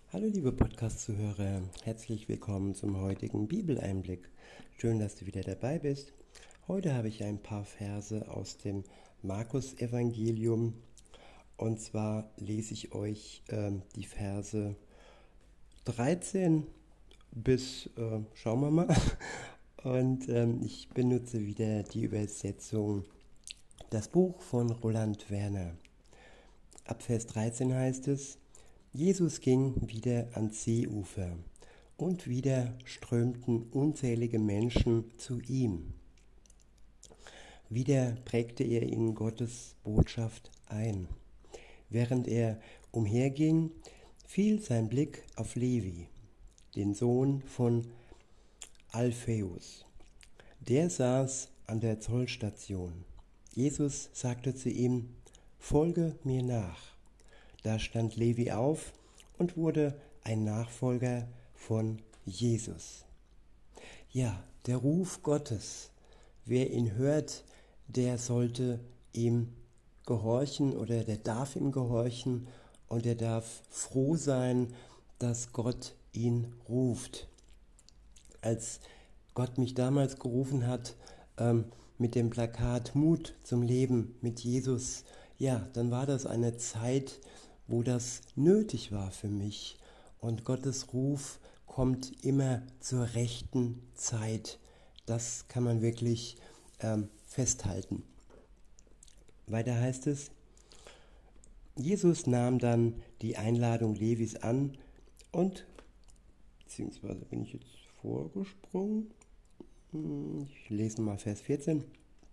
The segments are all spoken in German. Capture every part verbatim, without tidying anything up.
Hallo liebe Podcast-Zuhörer, herzlich willkommen zum heutigen Bibeleinblick. Schön, dass du wieder dabei bist. Heute habe ich ein paar Verse aus dem Markus-Evangelium und zwar lese ich euch äh, die Verse dreizehn bis, äh, schauen wir mal, und ähm, ich benutze wieder die Übersetzung, das Buch von Roland Werner. Ab Vers dreizehn heißt es: Jesus ging wieder ans Seeufer, und wieder strömten unzählige Menschen zu ihm. Wieder prägte er ihnen Gottes Botschaft ein. Während er umherging, fiel sein Blick auf Levi, den Sohn von Alphaeus. Der saß an der Zollstation. Jesus sagte zu ihm: Folge mir nach. Da stand Levi auf und wurde ein Nachfolger von Jesus. Ja, der Ruf Gottes. Wer ihn hört, der sollte ihm gehorchen oder der darf ihm gehorchen und er darf froh sein, dass Gott ihn ruft. Als Gott mich damals gerufen hat, ähm, mit dem Plakat Mut zum Leben mit Jesus, ja, dann war das eine Zeit, wo das nötig war für mich. Und Gottes Ruf kommt immer zur rechten Zeit. Das kann man wirklich ähm, festhalten. Weiter heißt es: Jesus nahm dann die Einladung Levis an und, beziehungsweise bin ich jetzt vorgesprungen, ich lese mal Vers vierzehn.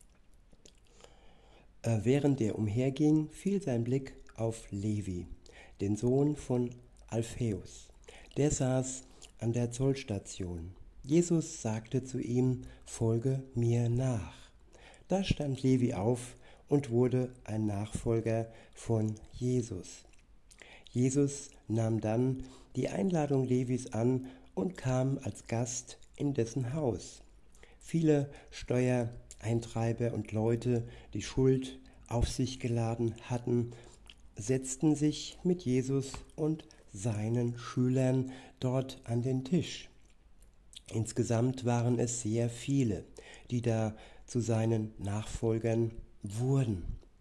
Äh, während er umherging, fiel sein Blick auf Levi, den Sohn von Alphaeus. Der saß an der Zollstation. Jesus sagte zu ihm: Folge mir nach. Da stand Levi auf und wurde ein Nachfolger von Jesus. Jesus nahm dann die Einladung Levis an und kam als Gast in dessen Haus. Viele Steuereintreiber und Leute, die Schuld auf sich geladen hatten, setzten sich mit Jesus und seinen Schülern dort an den Tisch. Insgesamt waren es sehr viele, die da zu seinen Nachfolgern wurden.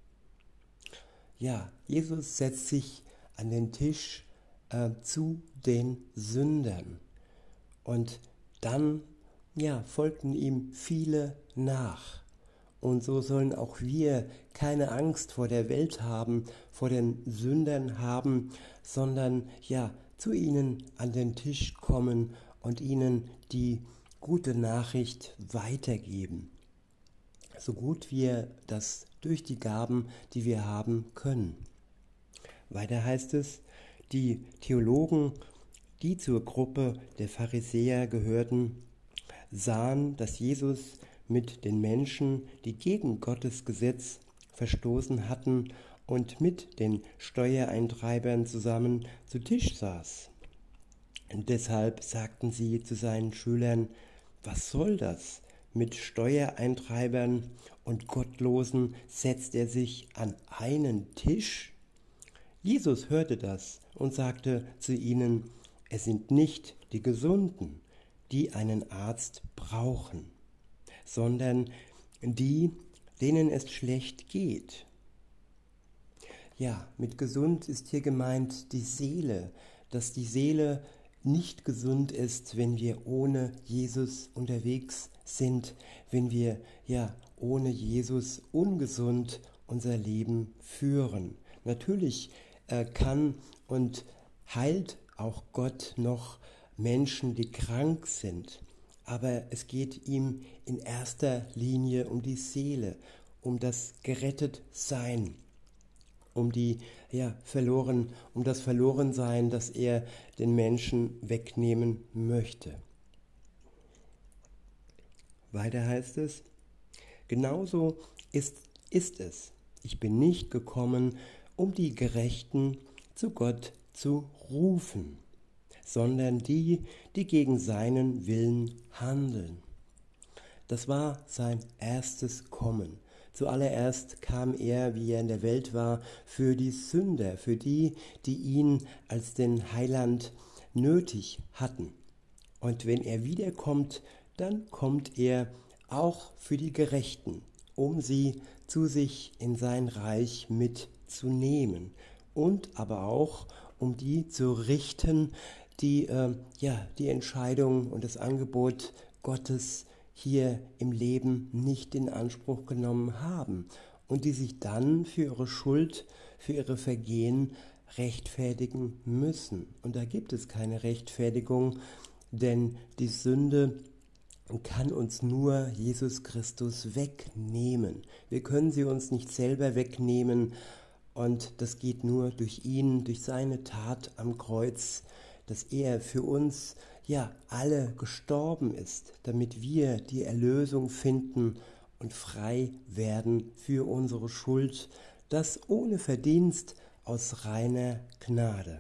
Ja, Jesus setzt sich an den Tisch äh, zu den Sündern. Und dann, ja, folgten ihm viele nach. Und so sollen auch wir keine Angst vor der Welt haben, vor den Sündern haben, sondern ja, zu ihnen an den Tisch kommen und ihnen die gute Nachricht weitergeben. So gut wir das durch die Gaben, die wir haben, können. Weiter heißt es: Die Theologen, die zur Gruppe der Pharisäer gehörten, sahen, dass Jesus mit den Menschen, die gegen Gottes Gesetz verstoßen hatten und mit den Steuereintreibern zusammen zu Tisch saß. Und deshalb sagten sie zu seinen Schülern: Was soll das? Mit Steuereintreibern und Gottlosen setzt er sich an einen Tisch? Jesus hörte das und sagte zu ihnen: Es sind nicht die Gesunden, die einen Arzt brauchen, sondern die, denen es schlecht geht. Ja, mit gesund ist hier gemeint die Seele, dass die Seele nicht gesund ist, wenn wir ohne Jesus unterwegs sind, wenn wir ja ohne Jesus ungesund unser Leben führen. Natürlich äh, kann und heilt auch Gott noch Menschen, die krank sind. Aber es geht ihm in erster Linie um die Seele, um das Gerettetsein, um die ja verloren, um das Verlorensein, das er den Menschen wegnehmen möchte. Weiter heißt es: Genauso ist, ist es. Ich bin nicht gekommen, um die Gerechten zu Gott zu rufen, sondern die, die gegen seinen Willen handeln. Das war sein erstes Kommen, Zuallererst kam er, wie er in der Welt war, für die Sünder, für die, die ihn als den Heiland nötig hatten. Und wenn er wiederkommt, dann kommt er auch für die Gerechten, um sie zu sich in sein Reich mitzunehmen und aber auch um die zu richten, die äh, ja, die Entscheidung und das Angebot Gottes hier im Leben nicht in Anspruch genommen haben und die sich dann für ihre Schuld, für ihre Vergehen rechtfertigen müssen. Und da gibt es keine Rechtfertigung, denn die Sünde kann uns nur Jesus Christus wegnehmen. Wir können sie uns nicht selber wegnehmen und das geht nur durch ihn, durch seine Tat am Kreuz, dass er für uns ja alle gestorben ist, damit wir die Erlösung finden und frei werden für unsere Schuld, das ohne Verdienst aus reiner Gnade.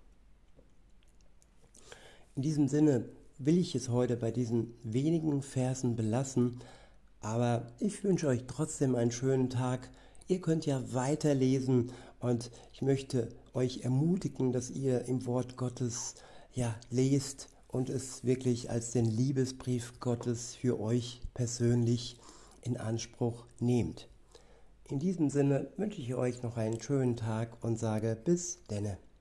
In diesem Sinne will ich es heute bei diesen wenigen Versen belassen, aber ich wünsche euch trotzdem einen schönen Tag. Ihr könnt ja weiterlesen und ich möchte euch ermutigen, dass ihr im Wort Gottes ja lest und es wirklich als den Liebesbrief Gottes für euch persönlich in Anspruch nehmt. In diesem Sinne wünsche ich euch noch einen schönen Tag und sage bis denne.